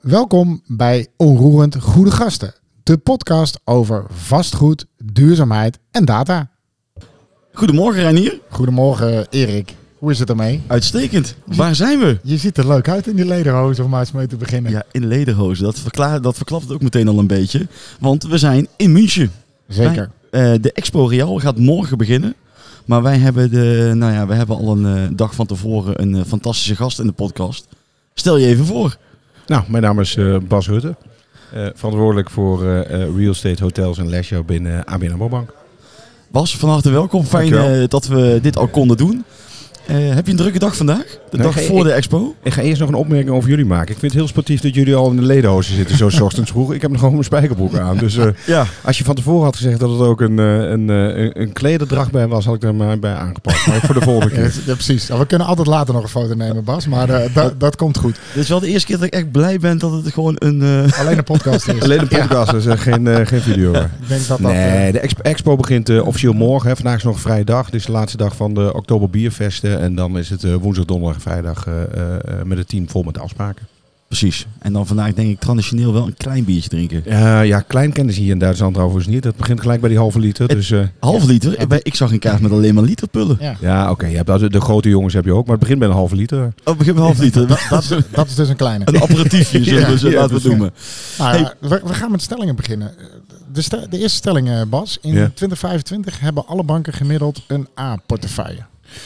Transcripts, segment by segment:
Welkom bij Onroerend Goede Gasten. De podcast over vastgoed, duurzaamheid en data. Goedemorgen Reinier. Goedemorgen Erik. Hoe is het ermee? Uitstekend. Waar zijn we? Je ziet er leuk uit in die lederhozen om maar eens mee te beginnen. Ja, in lederhozen. Dat verklapt het ook meteen al een beetje. Want we zijn in München. Zeker. De Expo Real gaat morgen beginnen. Maar wij hebben al een dag van tevoren een fantastische gast in de podcast. Stel je even voor. Nou, mijn naam is Bas Hutte. Verantwoordelijk voor real estate, hotels en leisure binnen ABN AMRO Bank. Bas, van harte welkom. Fijn dat we dit al konden doen. Heb je een drukke dag vandaag? Dag voor de expo? Ik ga eerst nog een opmerking over jullie maken. Ik vind het heel sportief dat jullie al in de ledenhozen zitten, zo 's ochtends vroeg. Ik heb nog gewoon mijn spijkerbroek aan. Dus als je van tevoren had gezegd dat het ook een klederdracht bij was, had ik er maar bij aangepakt. Maar voor de volgende keer. Ja, precies. We kunnen altijd later nog een foto nemen, Bas. Maar dat komt goed. Dit is wel de eerste keer dat ik echt blij ben dat het gewoon een... Alleen een podcast is. Alleen een podcast, dus geen video. Ik denk dat de expo begint officieel morgen. Hè. Vandaag is nog een vrije dag. Dit is de laatste dag van de Oktober Bierfesten. En dan is het woensdag, donderdag, vrijdag met het team vol met afspraken. Precies. En dan vandaag denk ik traditioneel wel een klein biertje drinken. Ja, klein kennen ze hier in Duitsland overigens niet. Dat begint gelijk bij die halve liter. Dus, halve liter? Ik zag een kaart met alleen maar literpullen. Ja, oké. Je hebt de grote jongens heb je ook, maar het begint bij een halve liter. Oh, het begint bij een halve liter. Dat is dus een kleine. Een aperitiefje, laten we het noemen. Nou, we gaan met stellingen beginnen. De eerste stelling, Bas. In 2025 hebben alle banken gemiddeld een A-portefeuille.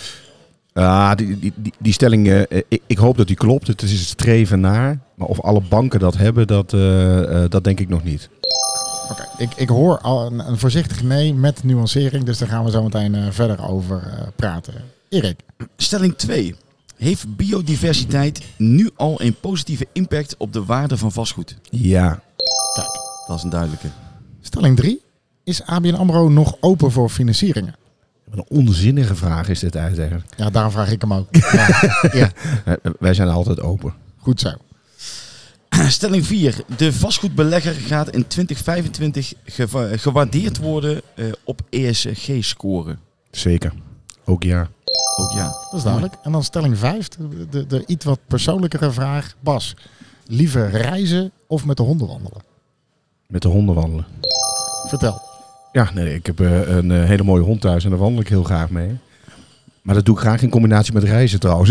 Die stelling, ik hoop dat die klopt. Het is het streven naar. Maar of alle banken dat hebben, dat denk ik nog niet. Oké, ik hoor al een voorzichtig nee met nuancering. Dus daar gaan we zo meteen verder over praten. Erik. Stelling 2. Heeft biodiversiteit nu al een positieve impact op de waarde van vastgoed? Ja. Kijk. Dat is een duidelijke. Stelling 3. Is ABN AMRO nog open voor financieringen? Een onzinnige vraag is dit eigenlijk. Ja, daarom vraag ik hem ook. Ja. Wij zijn altijd open. Goed zo. Stelling 4. De vastgoedbelegger gaat in 2025 gewaardeerd worden op ESG-score. Zeker. Ook ja. Ook ja. Dat is duidelijk. En dan stelling 5. De iets wat persoonlijkere vraag. Bas, liever reizen of met de honden wandelen? Met de honden wandelen. Vertel. Ja, nee, ik heb een hele mooie hond thuis en daar wandel ik heel graag mee. Maar dat doe ik graag in combinatie met reizen trouwens.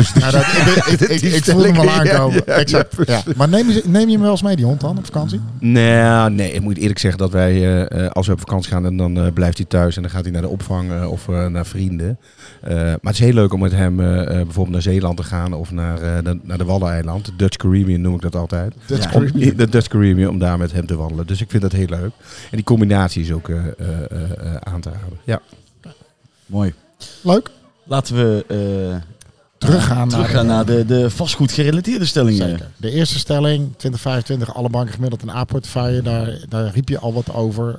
Ik voel hem wel aankomen. Ja, exact. Ja. Maar neem je hem wel eens mee, die hond dan, op vakantie? Nee, ik moet eerlijk zeggen dat wij, als we op vakantie gaan, dan blijft hij thuis en dan gaat hij naar de opvang of naar vrienden. Maar het is heel leuk om met hem bijvoorbeeld naar Zeeland te gaan of naar de Waddeneiland. De Dutch Caribbean noem ik dat altijd. De Dutch Caribbean, om daar met hem te wandelen. Dus ik vind dat heel leuk. En die combinatie is ook aan te raden. Ja. Mooi. Leuk. Laten we teruggaan naar de vastgoedgerelateerde stellingen. Zeker. De eerste stelling, 2025, alle banken gemiddeld een A-portefeuille. Daar riep je al wat over.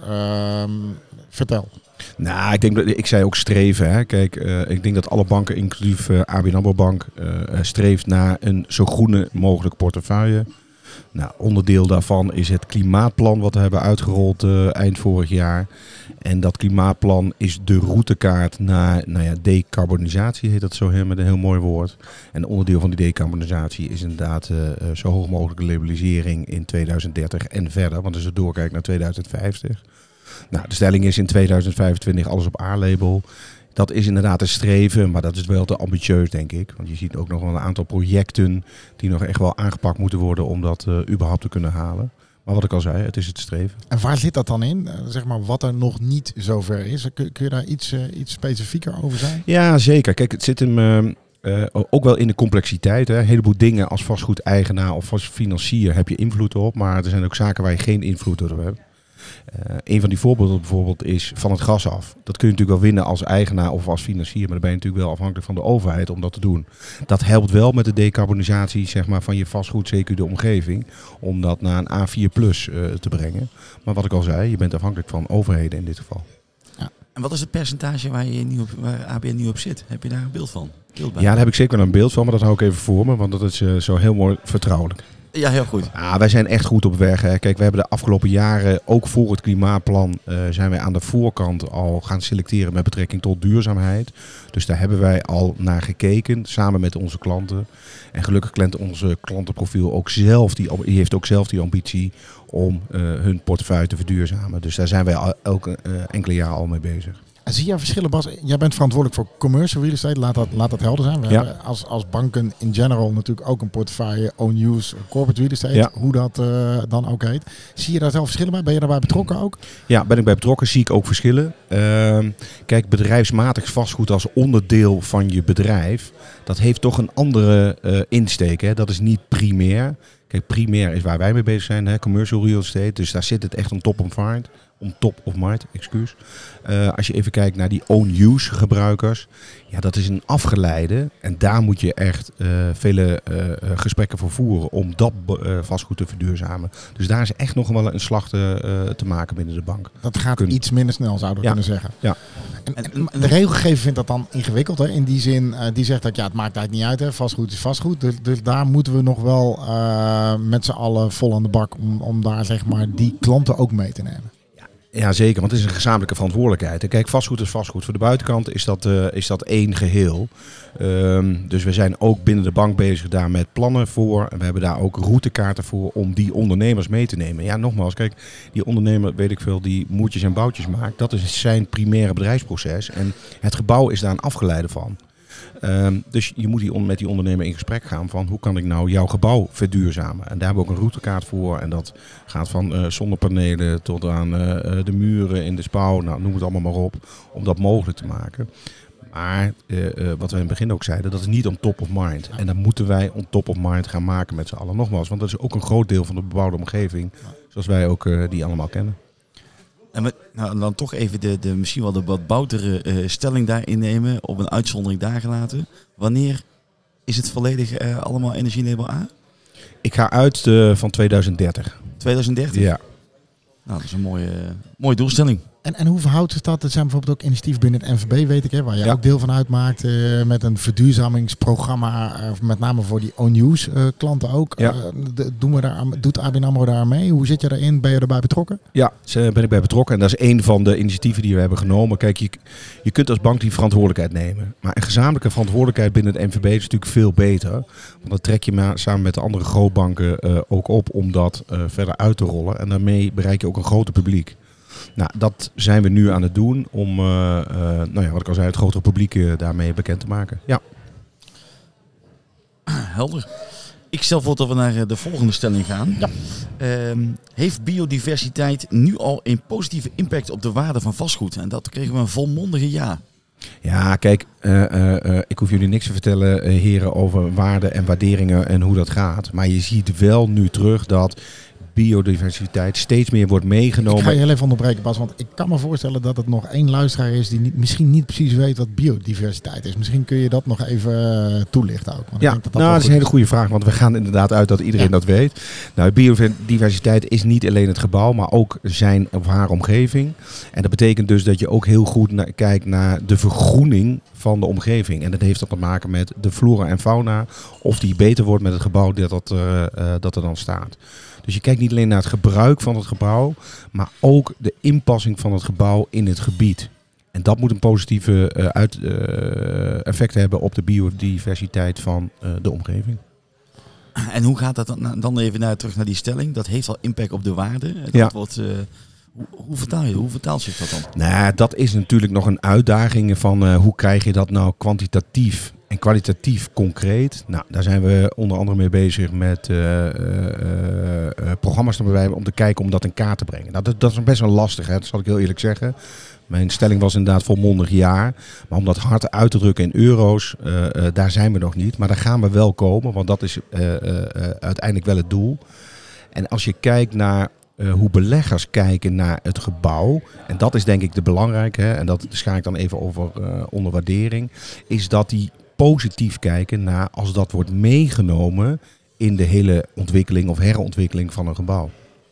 Vertel. Nou, ik zei ook streven. Hè. Kijk, ik denk dat alle banken, inclusief ABN AMRO Bank, streeft naar een zo groene mogelijk portefeuille. Nou, onderdeel daarvan is het klimaatplan wat we hebben uitgerold eind vorig jaar. En dat klimaatplan is de routekaart naar decarbonisatie, heet dat zo met een heel mooi woord. En onderdeel van die decarbonisatie is inderdaad zo hoog mogelijke labellisering in 2030 en verder. Want als we doorkijken naar 2050. Nou, de stelling is in 2025 alles op A-label. Dat is inderdaad een streven, maar dat is wel te ambitieus, denk ik. Want je ziet ook nog wel een aantal projecten die nog echt wel aangepakt moeten worden om dat überhaupt te kunnen halen. Maar wat ik al zei, het is het streven. En waar zit dat dan in? Zeg maar wat er nog niet zover is. Kun je daar iets specifieker over zijn? Ja, zeker. Kijk, het zit hem ook wel in de complexiteit. Hè. Een heleboel dingen als vastgoedeigenaar of als financier heb je invloed op. Maar er zijn ook zaken waar je geen invloed op hebt. Een van die voorbeelden bijvoorbeeld is van het gas af. Dat kun je natuurlijk wel winnen als eigenaar of als financier, maar dan ben je natuurlijk wel afhankelijk van de overheid om dat te doen. Dat helpt wel met de decarbonisatie zeg maar, van je vastgoed, zeker de omgeving, om dat naar een A4+ te brengen. Maar wat ik al zei, je bent afhankelijk van overheden in dit geval. Ja. En wat is het percentage waar ABN nu op zit? Heb je daar een beeld van? Ja, daar heb ik zeker wel een beeld van, maar dat hou ik even voor me, want dat is zo heel mooi vertrouwelijk. Ja, heel goed. Ja, wij zijn echt goed op weg. Hè. Kijk, we hebben de afgelopen jaren, ook voor het klimaatplan, zijn wij aan de voorkant al gaan selecteren met betrekking tot duurzaamheid. Dus daar hebben wij al naar gekeken, samen met onze klanten. En gelukkig kent onze klantenprofiel ook zelf, die heeft ook zelf die ambitie om hun portefeuille te verduurzamen. Dus daar zijn wij elke enkele jaar al mee bezig. En zie jij verschillen, Bas? Jij bent verantwoordelijk voor commercial real estate. Laat dat helder zijn. We hebben als banken in general natuurlijk ook een portefeuille own use, corporate real estate, hoe dat dan ook heet. Zie je daar zelf verschillen bij? Ben je daarbij betrokken ook? Ja, ben ik bij betrokken. Zie ik ook verschillen. Kijk, bedrijfsmatig vastgoed als onderdeel van je bedrijf, dat heeft toch een andere insteek. Hè? Dat is niet primair. Kijk, primair is waar wij mee bezig zijn, hè? Commercial real estate. Dus daar zit het echt on top of mind. Als je even kijkt naar die own-use gebruikers, ja, dat is een afgeleide. En daar moet je echt vele gesprekken voor voeren om dat vastgoed te verduurzamen. Dus daar is echt nog wel een slag te maken binnen de bank. Dat gaat iets minder snel, zouden we kunnen zeggen. Ja. En de regelgever vindt dat dan ingewikkeld. Hè? In die zin, die zegt dat het maakt eigenlijk niet uit. Hè? Vastgoed is vastgoed. Dus daar moeten we nog wel met z'n allen vol aan de bak om daar zeg maar die klanten ook mee te nemen. Ja, zeker, want het is een gezamenlijke verantwoordelijkheid. En kijk, vastgoed is vastgoed. Voor de buitenkant is dat één geheel. Dus we zijn ook binnen de bank bezig daar met plannen voor. En we hebben daar ook routekaarten voor om die ondernemers mee te nemen. Ja, nogmaals, kijk, die ondernemer, weet ik veel, die moertjes en boutjes maakt. Dat is zijn primaire bedrijfsproces. En het gebouw is daar een afgeleide van. Dus je moet met die ondernemer in gesprek gaan van hoe kan ik nou jouw gebouw verduurzamen. En daar hebben we ook een routekaart voor. En dat gaat van zonnepanelen tot aan de muren in de spouw. Nou, noem het allemaal maar op. Om dat mogelijk te maken. Maar wat we in het begin ook zeiden, dat is niet on top of mind. En dan moeten wij on top of mind gaan maken met z'n allen. Nogmaals, want dat is ook een groot deel van de bebouwde omgeving. Zoals wij ook die allemaal kennen. En dan toch even de misschien wel de wat boutere stelling daarin nemen, op een uitzondering daar gelaten. Wanneer is het volledig allemaal energie-label A? Ik ga uit van 2030. 2030? Ja. Nou, dat is een mooie doelstelling. En hoe verhoudt zich dat? Er zijn bijvoorbeeld ook initiatieven binnen het NVB, weet ik, hè, waar jij ook deel van uitmaakt. Met een verduurzamingsprogramma, met name voor die own-use klanten ook. Ja. Doet ABN AMRO daar mee? Hoe zit je daarin? Ben je erbij betrokken? Ja, daar ben ik bij betrokken. En dat is een van de initiatieven die we hebben genomen. Kijk, je kunt als bank die verantwoordelijkheid nemen. Maar een gezamenlijke verantwoordelijkheid binnen het NVB is natuurlijk veel beter. Want dan trek je samen met de andere grootbanken ook op om dat verder uit te rollen. En daarmee bereik je ook een groter publiek. Nou, dat zijn we nu aan het doen om, wat ik al zei, het grotere publiek daarmee bekend te maken. Ja. Helder. Ik stel voor dat we naar de volgende stelling gaan. Ja. Heeft biodiversiteit nu al een positieve impact op de waarde van vastgoed? En dat kregen we een volmondige ja. Ja, kijk, ik hoef jullie niks te vertellen, heren, over waarden en waarderingen en hoe dat gaat. Maar je ziet wel nu terug dat biodiversiteit steeds meer wordt meegenomen. Ik ga je heel even onderbreken, Bas, want ik kan me voorstellen dat het nog één luisteraar is die misschien niet precies weet wat biodiversiteit is. Misschien kun je dat nog even toelichten ook. Want Ja, ik denk dat dat is een hele goede vraag, want we gaan inderdaad uit dat iedereen dat weet. Nou, biodiversiteit is niet alleen het gebouw, maar ook zijn of haar omgeving. En dat betekent dus dat je ook heel goed kijkt naar de vergroening van de omgeving. En dat heeft te maken met de flora en fauna, of die beter wordt met het gebouw dat er dan staat. Dus je kijkt niet alleen naar het gebruik van het gebouw, maar ook de inpassing van het gebouw in het gebied. En dat moet een positieve effect hebben op de biodiversiteit van de omgeving. En hoe gaat dat dan even terug naar die stelling? Dat heeft al impact op de waarde. Hoe vertaalt zich dat dan? Nou, dat is natuurlijk nog een uitdaging van hoe krijg je dat nou kwantitatief en kwalitatief concreet. Nou, daar zijn we onder andere mee bezig met programma's om te kijken om dat in kaart te brengen. Nou, dat is best wel lastig, hè? Dat zal ik heel eerlijk zeggen. Mijn stelling was inderdaad volmondig ja. Maar om dat hard uit te drukken in euro's, daar zijn we nog niet. Maar daar gaan we wel komen, want dat is uiteindelijk wel het doel. En als je kijkt naar hoe beleggers kijken naar het gebouw, en dat is denk ik de belangrijke, hè, en dat schaar ik dan even over onder waardering, is dat die positief kijken naar als dat wordt meegenomen in de hele ontwikkeling of herontwikkeling van een gebouw.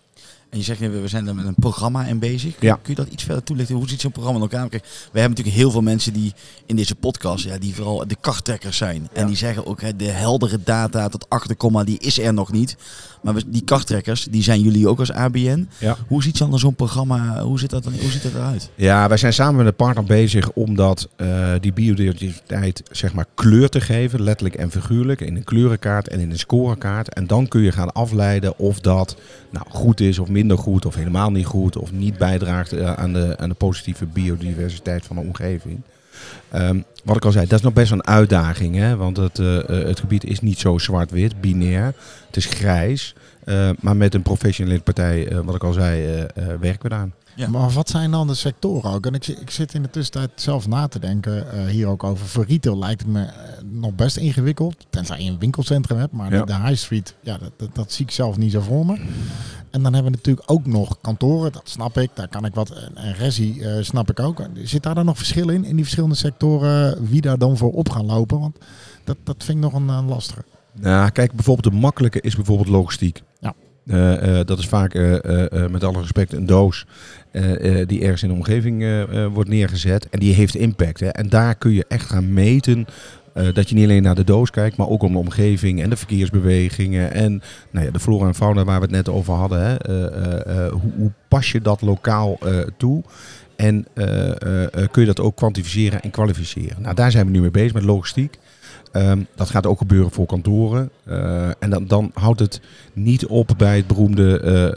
En je zegt, we zijn er met een programma in bezig. Ja. Kun je dat iets verder toelichten? Hoe ziet zo'n programma in elkaar? Kijk, we hebben natuurlijk heel veel mensen die in deze podcast, die vooral de karttrekkers zijn. Ja. En die zeggen ook, de heldere data tot achterkomma, die is er nog niet. Maar die karttrekkers, die zijn jullie ook als ABN. Ja. Hoe ziet zo'n programma, hoe ziet dat eruit? Ja, wij zijn samen met een partner bezig om die biodiversiteit zeg maar kleur te geven, letterlijk en figuurlijk, in een kleurenkaart en in een scorekaart. En dan kun je gaan afleiden of dat goed is of minder goed of helemaal niet goed of niet bijdraagt aan de positieve biodiversiteit van de omgeving. Wat ik al zei, dat is nog best een uitdaging, hè? Want het gebied is niet zo zwart-wit, binair. Het is grijs, maar met een professionele partij, wat ik al zei, werken we daaraan. Ja. Maar wat zijn dan de sectoren ook? En ik zit in de tussentijd zelf na te denken hier ook over. Voor retail lijkt het me nog best ingewikkeld. Tenzij je een winkelcentrum hebt. Maar de high street, dat zie ik zelf niet zo voor me. En dan hebben we natuurlijk ook nog kantoren. Dat snap ik. Daar kan ik wat. En resi snap ik ook. Zit daar dan nog verschil in die verschillende sectoren? Wie daar dan voor op gaan lopen? Want dat vind ik nog een lastige. Nou, kijk, bijvoorbeeld de makkelijke is bijvoorbeeld logistiek. Ja. Dat is vaak, met alle respect, een doos die ergens in de omgeving wordt neergezet. En die heeft impact. Hè. En daar kun je echt gaan meten dat je niet alleen naar de doos kijkt, maar ook om de omgeving en de verkeersbewegingen. En de flora en fauna waar we het net over hadden. Hè. Hoe pas je dat lokaal toe? En kun je dat ook kwantificeren en kwalificeren? Nou, daar zijn we nu mee bezig met logistiek. Dat gaat ook gebeuren voor kantoren. En dan houdt het niet op bij het beroemde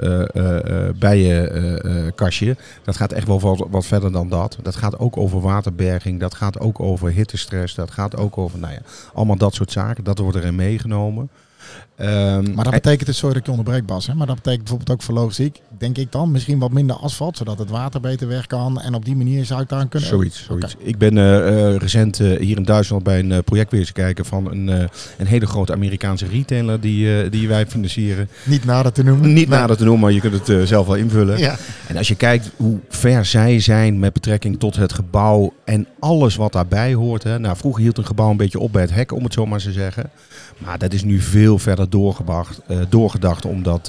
bijenkastje. Dat gaat echt wel wat verder dan dat. Dat gaat ook over waterberging. Dat gaat ook over hittestress. Dat gaat ook over allemaal dat soort zaken. Dat wordt erin meegenomen. Maar dat betekent dus, sorry dat ik je onderbreek Bas, hè, maar dat betekent bijvoorbeeld ook voor logistiek, denk ik dan, misschien wat minder asfalt, zodat het water beter weg kan en op die manier zou ik daar kunnen... Zoiets. Okay. Ik ben recent hier in Duitsland bij een project weer eens kijken van een hele grote Amerikaanse retailer die wij financieren. Niet nader te noemen. Nader te noemen, maar je kunt het zelf wel invullen. Ja. En als je kijkt hoe ver zij zijn met betrekking tot het gebouw en alles wat daarbij hoort. Hè. Nou, vroeger hield een gebouw een beetje op bij het hek, om het zo maar te zeggen. Maar dat is nu veel verder doorgedacht om dat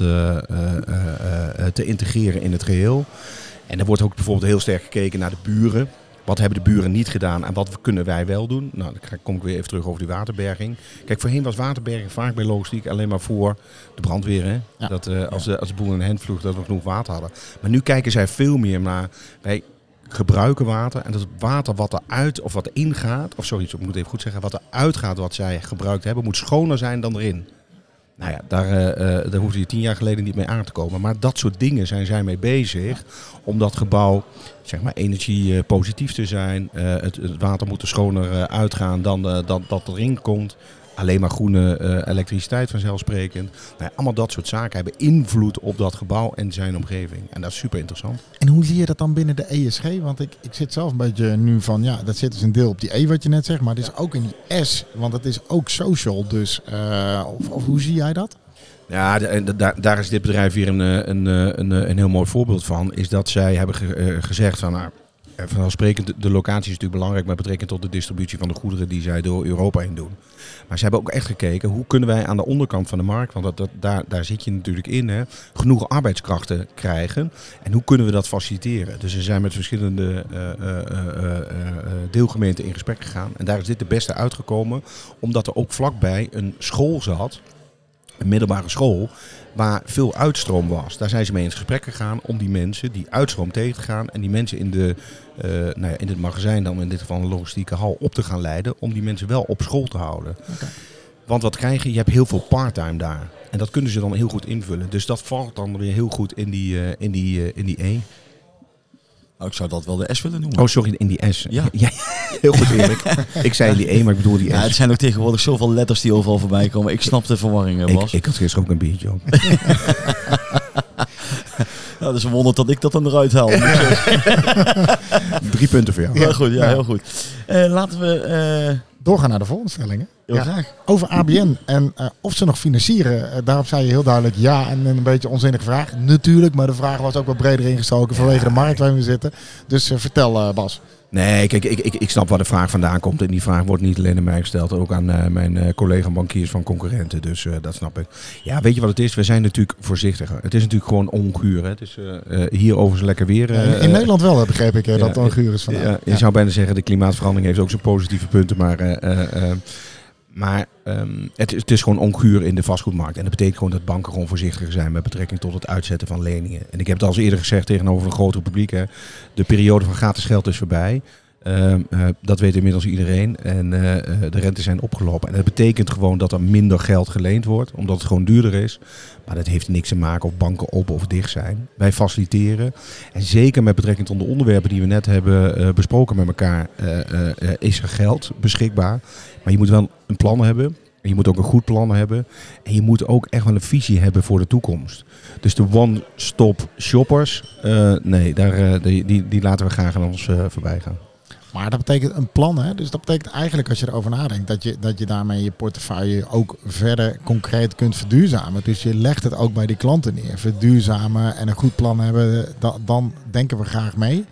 te integreren in het geheel. En er wordt ook bijvoorbeeld heel sterk gekeken naar de buren. Wat hebben de buren niet gedaan en wat kunnen wij wel doen? Nou, dan kom ik weer even terug over die waterberging. Kijk, voorheen was waterberging vaak bij logistiek alleen maar voor de brandweer. Hè? Ja. Dat als de boel in de hand vloeg, dat we genoeg water hadden. Maar nu kijken zij veel meer naar... Wij gebruiken water en dat het water wat eruit of wat erin gaat, of zoiets, ik moet even goed zeggen, wat eruit gaat wat zij gebruikt hebben, moet schoner zijn dan erin. Nou ja, daar hoefde je 10 jaar geleden niet mee aan te komen. Maar dat soort dingen zijn zij mee bezig om dat gebouw, zeg maar, energie positief te zijn. Het water moet er schoner uitgaan dan dat erin komt. Alleen maar groene elektriciteit vanzelfsprekend. Nou ja, allemaal dat soort zaken hebben invloed op dat gebouw en zijn omgeving. En dat is super interessant. En hoe zie je dat dan binnen de ESG? Want ik zit zelf een beetje nu van, dat zit dus een deel op die E wat je net zegt. Maar het is ook in die S, want het is ook social. Dus of hoe zie jij dat? Ja, daar is dit bedrijf weer een heel mooi voorbeeld van. Is dat zij hebben gezegd van... vanzelfsprekend, de locatie is natuurlijk belangrijk met betrekking tot de distributie van de goederen die zij door Europa heen doen. Maar ze hebben ook echt gekeken, hoe kunnen wij aan de onderkant van de markt, want daar zit je natuurlijk in, hè, genoeg arbeidskrachten krijgen. En hoe kunnen we dat faciliteren? Dus ze zijn met verschillende deelgemeenten in gesprek gegaan. En daar is dit de beste uitgekomen, omdat er ook vlakbij een school zat, een middelbare school, waar veel uitstroom was. Daar zijn ze mee in gesprek gegaan om die mensen, die uitstroom tegen te gaan en die mensen in het magazijn, dan in dit geval een logistieke hal, op te gaan leiden, om die mensen wel op school te houden. Okay. Want wat krijg je? Je hebt heel veel part-time daar. En dat kunnen ze dan heel goed invullen. Dus dat valt dan weer heel goed in die E. Nou, ik zou dat wel de S willen noemen. Oh, sorry, in die S. Ja. Ja, heel goed eerlijk. Ik zei in die E, maar ik bedoel die S. Ja, het zijn ook tegenwoordig zoveel letters die overal voorbij komen. Ik snap de verwarring, Bas. Ik had gisteren ook een biertje op. Nou, dat is een wonder dat ik dat dan eruit haal. 3 punten voor jou. Ja, goed, heel goed. Laten we... doorgaan naar de volgende stellingen. Heel graag. Over ABN en of ze nog financieren. Daarop zei je heel duidelijk ja en een beetje onzinnige vraag. Natuurlijk, maar de vraag was ook wat breder ingestoken vanwege de markt waarin we zitten. Dus vertel Bas. Nee, kijk, ik snap waar de vraag vandaan komt. En die vraag wordt niet alleen aan mij gesteld, ook aan mijn collega-bankiers van concurrenten. Dus dat snap ik. Ja, weet je wat het is? We zijn natuurlijk voorzichtiger. Het is natuurlijk gewoon onguur. Hè? Het is hier overigens lekker weer. In Nederland wel, begreep ik, dat het onguur is vandaag. Ja, je zou bijna zeggen, de klimaatverandering heeft ook zijn positieve punten. Maar het is gewoon onguur in de vastgoedmarkt. En dat betekent gewoon dat banken gewoon voorzichtiger zijn met betrekking tot het uitzetten van leningen. En ik heb het al eens eerder gezegd tegenover een groter publiek. Hè. De periode van gratis geld is voorbij. Dat weet inmiddels iedereen. En de rentes zijn opgelopen. En dat betekent gewoon dat er minder geld geleend wordt. Omdat het gewoon duurder is. Maar dat heeft niks te maken of banken open of dicht zijn. Wij faciliteren. En zeker met betrekking tot de onderwerpen die we net hebben besproken met elkaar. Is er geld beschikbaar. Maar je moet wel een plan hebben. En je moet ook een goed plan hebben. En je moet ook echt wel een visie hebben voor de toekomst. Dus de one-stop shoppers. Nee, die laten we graag aan ons voorbij gaan. Maar dat betekent een plan, hè? Dus dat betekent eigenlijk, als je erover nadenkt, dat je daarmee je portefeuille ook verder concreet kunt verduurzamen. Dus je legt het ook bij die klanten neer. Verduurzamen en een goed plan hebben, dan denken we graag mee.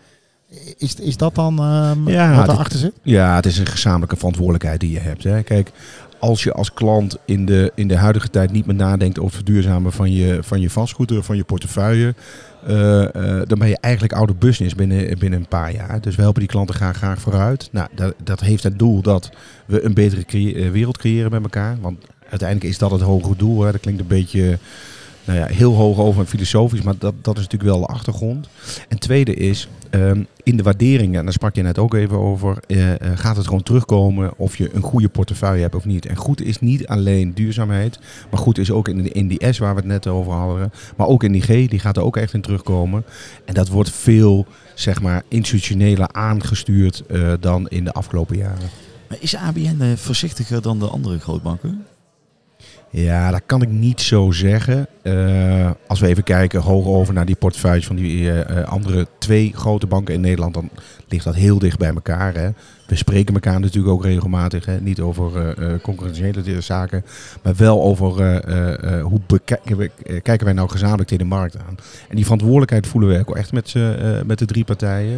Is dat dan wat erachter zit? Ja, het is een gezamenlijke verantwoordelijkheid die je hebt. Hè. Kijk, als je als klant in de huidige tijd niet meer nadenkt over het verduurzamen van je vastgoed, van je portefeuille, dan ben je eigenlijk out of business binnen een paar jaar. Dus we helpen die klanten graag vooruit. Nou, dat heeft het doel dat we een betere wereld creëren met elkaar. Want uiteindelijk is dat het hogere doel. Hè. Dat klinkt een beetje heel hoog over en filosofisch, maar dat is natuurlijk wel de achtergrond. En tweede is, in de waarderingen, en daar sprak je net ook even over, gaat het gewoon terugkomen of je een goede portefeuille hebt of niet. En goed is niet alleen duurzaamheid, maar goed is ook in die S waar we het net over hadden, maar ook in die G, die gaat er ook echt in terugkomen. En dat wordt veel, zeg maar, institutioneler aangestuurd dan in de afgelopen jaren. Maar is ABN voorzichtiger dan de andere grootbanken? Ja, dat kan ik niet zo zeggen. Als we even kijken hoog over naar die portefeuilles van die andere 2 grote banken in Nederland, dan ligt dat heel dicht bij elkaar. Hè. We spreken elkaar natuurlijk ook regelmatig. Hè. Niet over concurrentiële zaken, maar wel over hoe kijken wij nou gezamenlijk tegen de markt aan. En die verantwoordelijkheid voelen we ook echt met de 3 partijen.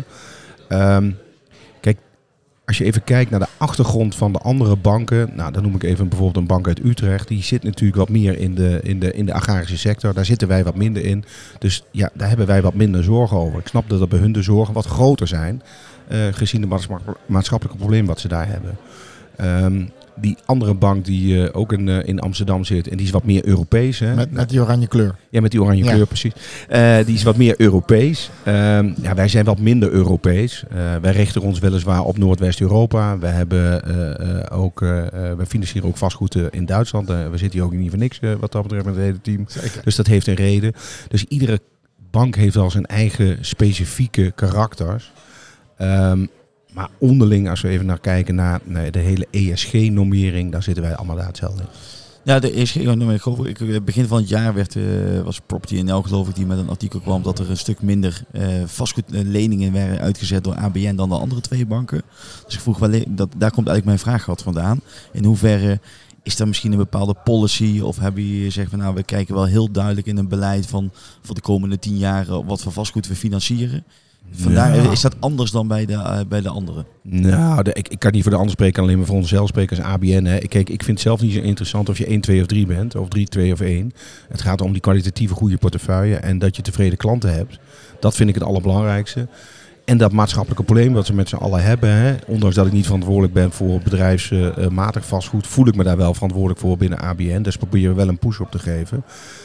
Kijk, als je even kijkt naar de achtergrond van de andere banken, nou, dan noem ik even bijvoorbeeld een bank uit Utrecht. Die zit natuurlijk wat meer in de agrarische sector. Daar zitten wij wat minder in. Dus ja, daar hebben wij wat minder zorgen over. Ik snap dat bij hun de zorgen wat groter zijn, gezien de maatschappelijke problemen wat ze daar hebben. Die andere bank die ook in Amsterdam zit, en die is wat meer Europees. Hè? Met die oranje kleur. Ja, met die oranje kleur, precies. Die is wat meer Europees. Wij zijn wat minder Europees. Wij richten ons weliswaar op Noordwest-Europa. We hebben we financieren ook vastgoed in Duitsland. We zitten hier ook niet voor niks wat dat betreft met het hele team. Zeker. Dus dat heeft een reden. Dus iedere bank heeft wel zijn eigen specifieke karakters. Maar onderling, als we even naar kijken naar de hele ESG-normering, daar zitten wij allemaal daar hetzelfde in. Ja, de ESG-normering. Begin van het jaar was Property NL, geloof ik, die met een artikel kwam dat er een stuk minder vastgoedleningen werden uitgezet door ABN dan de andere 2 banken. Dus ik vroeg wel, daar komt eigenlijk mijn vraag vandaan. In hoeverre is er misschien een bepaalde policy of hebben jullie gezegd van we kijken wel heel duidelijk in een beleid van voor de komende 10 jaar wat voor vastgoed we financieren? Vandaar is dat anders dan bij de anderen? Nou, ik kan niet voor de anderen spreken, alleen maar voor onszelf spreken als ABN. Hè. Kijk, ik vind het zelf niet zo interessant of je 1, 2 of 3 bent, of 3, 2 of 1. Het gaat om die kwalitatieve goede portefeuille en dat je tevreden klanten hebt. Dat vind ik het allerbelangrijkste. En dat maatschappelijke probleem wat ze met z'n allen hebben, hè. Ondanks dat ik niet verantwoordelijk ben voor bedrijfsmatig vastgoed, voel ik me daar wel verantwoordelijk voor binnen ABN. Dus proberen we wel een push op te geven.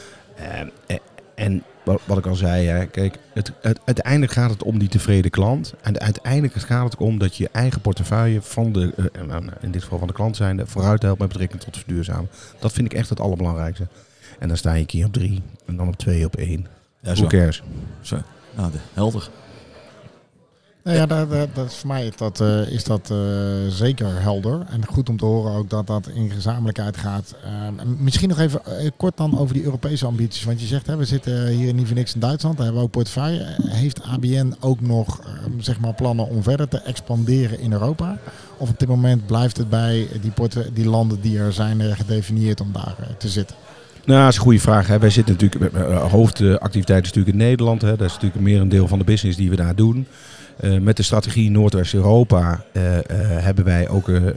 En wat ik al zei, hè, kijk, uiteindelijk gaat het om die tevreden klant. En uiteindelijk gaat het om dat je eigen portefeuille van in dit geval van de klant zijnde, vooruit helpt met betrekking tot verduurzamen. Dat vind ik echt het allerbelangrijkste. En dan sta je een keer op 3 en dan op 2, op 1. Ja, who cares? Zo. Nou, helder. Nou ja, dat is voor mij is dat zeker helder. En goed om te horen ook dat in gezamenlijkheid gaat. Misschien nog even kort dan over die Europese ambities. Want je zegt, we zitten hier niet voor niks in Duitsland. Daar hebben we ook portefeuille. Heeft ABN ook nog plannen om verder te expanderen in Europa? Of op dit moment blijft het bij die landen die er zijn gedefinieerd om daar te zitten? Nou, dat is een goede vraag. Hè. Wij zitten natuurlijk, hoofdactiviteit is natuurlijk in Nederland. Hè. Dat is natuurlijk meer een deel van de business die we daar doen. Met de strategie Noordwest-Europa hebben wij ook we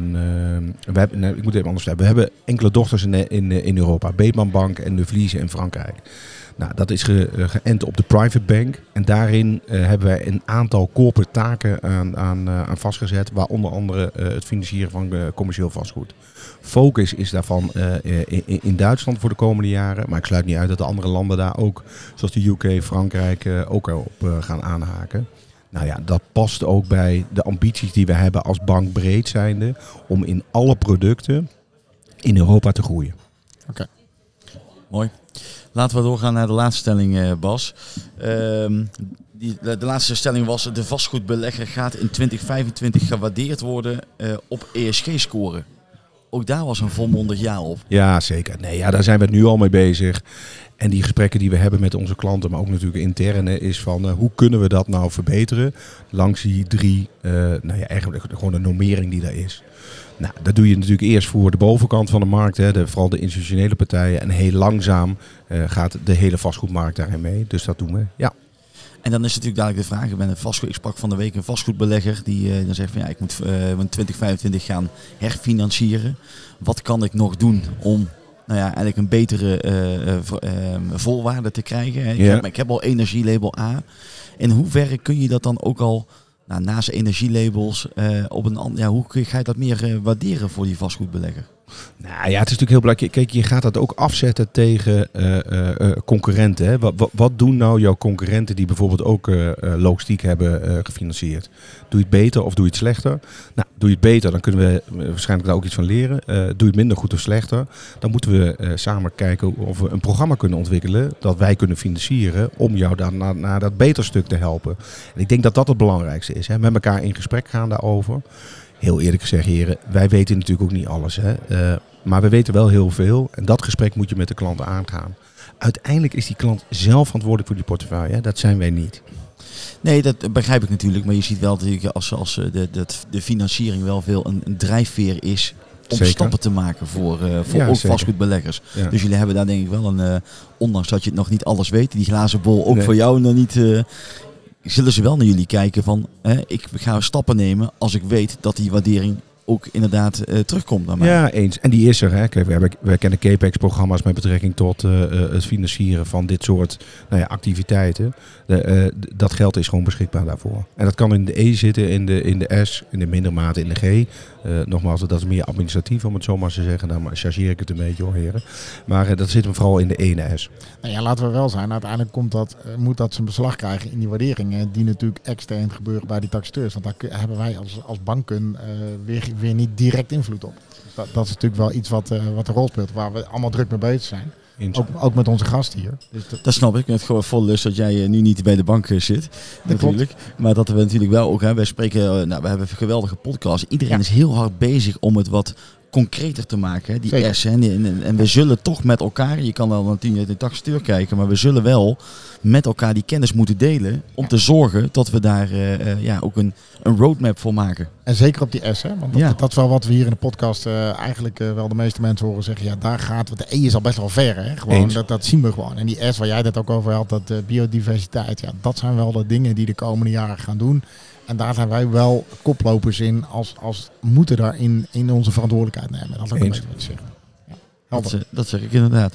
hebben enkele dochters in Europa. Beetman Bank en de Vliese in Frankrijk. Nou, dat is geënt op de private bank. En daarin hebben wij een aantal corporate taken aan vastgezet. Waaronder andere het financieren van commercieel vastgoed. Focus is daarvan in Duitsland voor de komende jaren. Maar ik sluit niet uit dat de andere landen daar ook, zoals de UK, Frankrijk, ook op gaan aanhaken. Nou ja, dat past ook bij de ambities die we hebben als bank breed zijnde. Om in alle producten in Europa te groeien. Oké. Mooi. Laten we doorgaan naar de laatste stelling, Bas. De laatste stelling was: de vastgoedbelegger gaat in 2025 gewaardeerd worden op ESG-score. Ook daar was een volmondig ja op. Ja, zeker. Nee, ja, daar zijn we nu al mee bezig. En die gesprekken die we hebben met onze klanten, maar ook natuurlijk interne, is van hoe kunnen we dat nou verbeteren langs die 3, eigenlijk gewoon de normering die daar is. Nou, dat doe je natuurlijk eerst voor de bovenkant van de markt, vooral de institutionele partijen. En heel langzaam gaat de hele vastgoedmarkt daarin mee. Dus dat doen we, ja. En dan is natuurlijk dadelijk de vraag, ik sprak van de week een vastgoedbelegger die dan zegt van ik moet in 2025 gaan herfinancieren. Wat kan ik nog doen om eigenlijk een betere voorwaarde te krijgen? Ik heb al energielabel A. In hoeverre kun je dat dan ook al naast energielabels hoe ga je dat meer waarderen voor die vastgoedbelegger? Nou ja, het is natuurlijk heel belangrijk. Kijk, je gaat dat ook afzetten tegen concurrenten. Hè? Wat doen nou jouw concurrenten die bijvoorbeeld ook logistiek hebben gefinancierd? Doe je het beter of doe je het slechter? Nou, doe je het beter, dan kunnen we waarschijnlijk daar ook iets van leren. Doe je het minder goed of slechter, dan moeten we samen kijken of we een programma kunnen ontwikkelen dat wij kunnen financieren om jou dan naar dat beter stuk te helpen. En ik denk dat dat het belangrijkste is. Hè? Met elkaar in gesprek gaan daarover. Heel eerlijk gezegd, heren, wij weten natuurlijk ook niet alles. Hè? Maar we weten wel heel veel. En dat gesprek moet je met de klant aangaan. Uiteindelijk is die klant zelf verantwoordelijk voor die portefeuille. Hè? Dat zijn wij niet. Nee, dat begrijp ik natuurlijk. Maar je ziet wel natuurlijk als de financiering wel veel een drijfveer is om Zeker. Stappen te maken voor ook zeker. Vastgoedbeleggers. Ja. Dus jullie hebben daar denk ik wel ondanks dat je het nog niet alles weet, die glazen bol ook Nee. voor jou nog niet... zullen ze wel naar jullie kijken van, ik ga stappen nemen als ik weet dat die waardering ook inderdaad terugkomt naar mij. Ja, eens. En die is er. Hè. Kijk, we kennen CAPEX-programma's met betrekking tot het financieren van dit soort activiteiten. Dat geld is gewoon beschikbaar daarvoor. En dat kan in de E zitten, in de S, in de mindere mate in de G. Nogmaals, dat is meer administratief om het zo maar te zeggen. Dan chargeer ik het een beetje hoor, heren. Maar dat zit hem vooral in de E en de S. Nou ja, laten we wel zijn. Uiteindelijk moet dat zijn beslag krijgen in die waarderingen die natuurlijk extern gebeuren bij die taxateurs. Want daar hebben wij als banken weer niet direct invloed op. Dus dat is natuurlijk wel iets wat een rol speelt, waar we allemaal druk mee bezig zijn. Ook met onze gast hier. Dus dat snap ik. Het gewoon vol lust dat jij nu niet bij de bank zit. Natuurlijk. Klopt. Maar dat we natuurlijk wel ook, wij spreken, we hebben een geweldige podcast. Iedereen is heel hard bezig om het wat concreter te maken. Die S. En we zullen toch met elkaar, je kan wel natuurlijk de taxateur kijken, maar we zullen wel met elkaar die kennis moeten delen om te zorgen dat we daar ook een roadmap voor maken. En zeker op die S, hè? Want dat is wel wat we hier in de podcast eigenlijk wel de meeste mensen horen zeggen. Ja, daar gaat, want de E is al best wel ver, hè? Gewoon, dat zien we gewoon. En die S, waar jij dat ook over had, dat biodiversiteit, dat zijn wel de dingen die de komende jaren gaan doen. En daar zijn wij wel koplopers in als moeten daar in onze verantwoordelijkheid nemen. Dat is ook een beetje wat je zegt. Dat zeg ik inderdaad.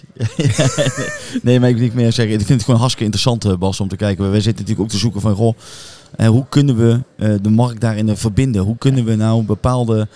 Nee, maar ik wil niet meer zeggen. Ik vind het gewoon hartstikke interessant, Bas, om te kijken. Wij zitten natuurlijk ook te zoeken van, hoe kunnen we de markt daarin verbinden? Hoe kunnen we nou bepaalde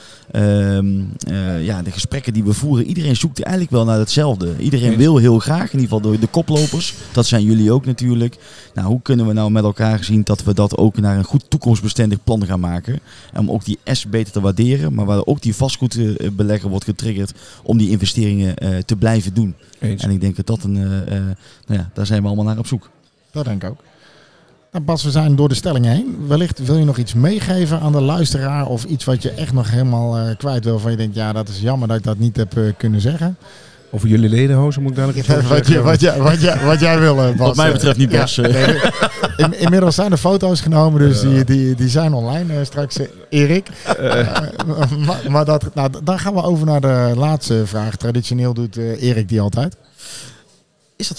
de gesprekken die we voeren, iedereen zoekt eigenlijk wel naar hetzelfde. Iedereen wil heel graag, in ieder geval de koplopers. Dat zijn jullie ook natuurlijk. Nou, hoe kunnen we nou met elkaar zien dat we dat ook naar een goed toekomstbestendig plan gaan maken? En om ook die S beter te waarderen, maar waar ook die vastgoedbelegger wordt getriggerd om die investeringen te blijven doen. Eens. En ik denk dat daar zijn we allemaal naar op zoek. Dat denk ik ook. Nou Bas, we zijn door de stellingen heen. Wellicht wil je nog iets meegeven aan de luisteraar of iets wat je echt nog helemaal kwijt wil. Van je denkt, ja, dat is jammer dat ik dat niet heb kunnen zeggen. Over jullie ledenhozen moet ik dadelijk iets over zeggen. Wat jij wil, Bas. Wat mij betreft niet, Bas. Inmiddels zijn er foto's genomen, dus die zijn online straks, Erik. Maar dan gaan we over naar de laatste vraag. Traditioneel doet Erik die altijd. Is dat zo?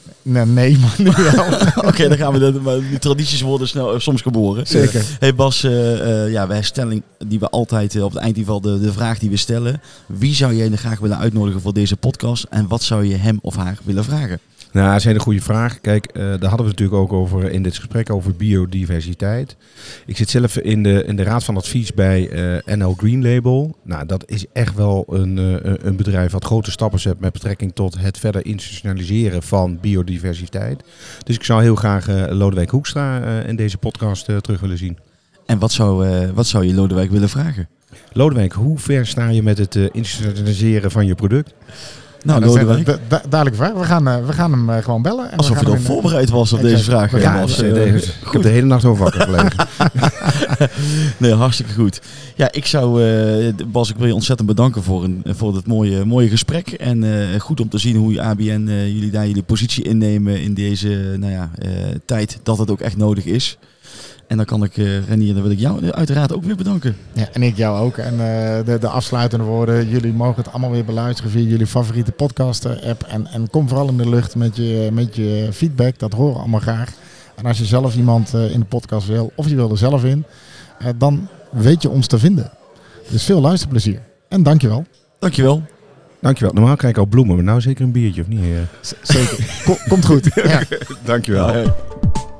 Nee, maar nu wel. Oké, dan gaan we die tradities worden snel soms geboren. Zeker. Hey Bas, wij stellen die we altijd op het eind in ieder geval de vraag die we stellen. Wie zou jij graag willen uitnodigen voor deze podcast en wat zou je hem of haar willen vragen? Nou, dat is een hele goede vraag. Kijk, daar hadden we het natuurlijk ook over in dit gesprek over biodiversiteit. Ik zit zelf in de raad van advies bij NL Green Label. Nou, dat is echt wel een bedrijf wat grote stappen zet met betrekking tot het verder institutionaliseren van biodiversiteit. Dus ik zou heel graag Lodewijk Hoekstra in deze podcast terug willen zien. En wat zou je Lodewijk willen vragen? Lodewijk, hoe ver sta je met het institutionaliseren van je product? Nou, Lodewijk. Duidelijke vraag. We gaan hem gewoon bellen. En alsof je dan voorbereid was op deze vraag. Ik heb de hele nacht over wakker gelegen. Nee, hartstikke goed. Ja, Bas, ik wil je ontzettend bedanken voor het mooie gesprek. En goed om te zien hoe ABN jullie daar jullie positie innemen in deze tijd dat het ook echt nodig is. En dan kan ik, Renier, dan wil ik jou uiteraard ook weer bedanken. Ja, en ik jou ook. En de afsluitende woorden. Jullie mogen het allemaal weer beluisteren via jullie favoriete podcast-app. En kom vooral in de lucht met je feedback. Dat horen we allemaal graag. En als je zelf iemand in de podcast wil, of je wil er zelf in, dan weet je ons te vinden. Dus veel luisterplezier. En dankjewel. Dankjewel. Dankjewel. Normaal krijg ik al bloemen, maar nou zeker een biertje, of niet? Zeker. Komt goed. Ja. Dankjewel. Ja.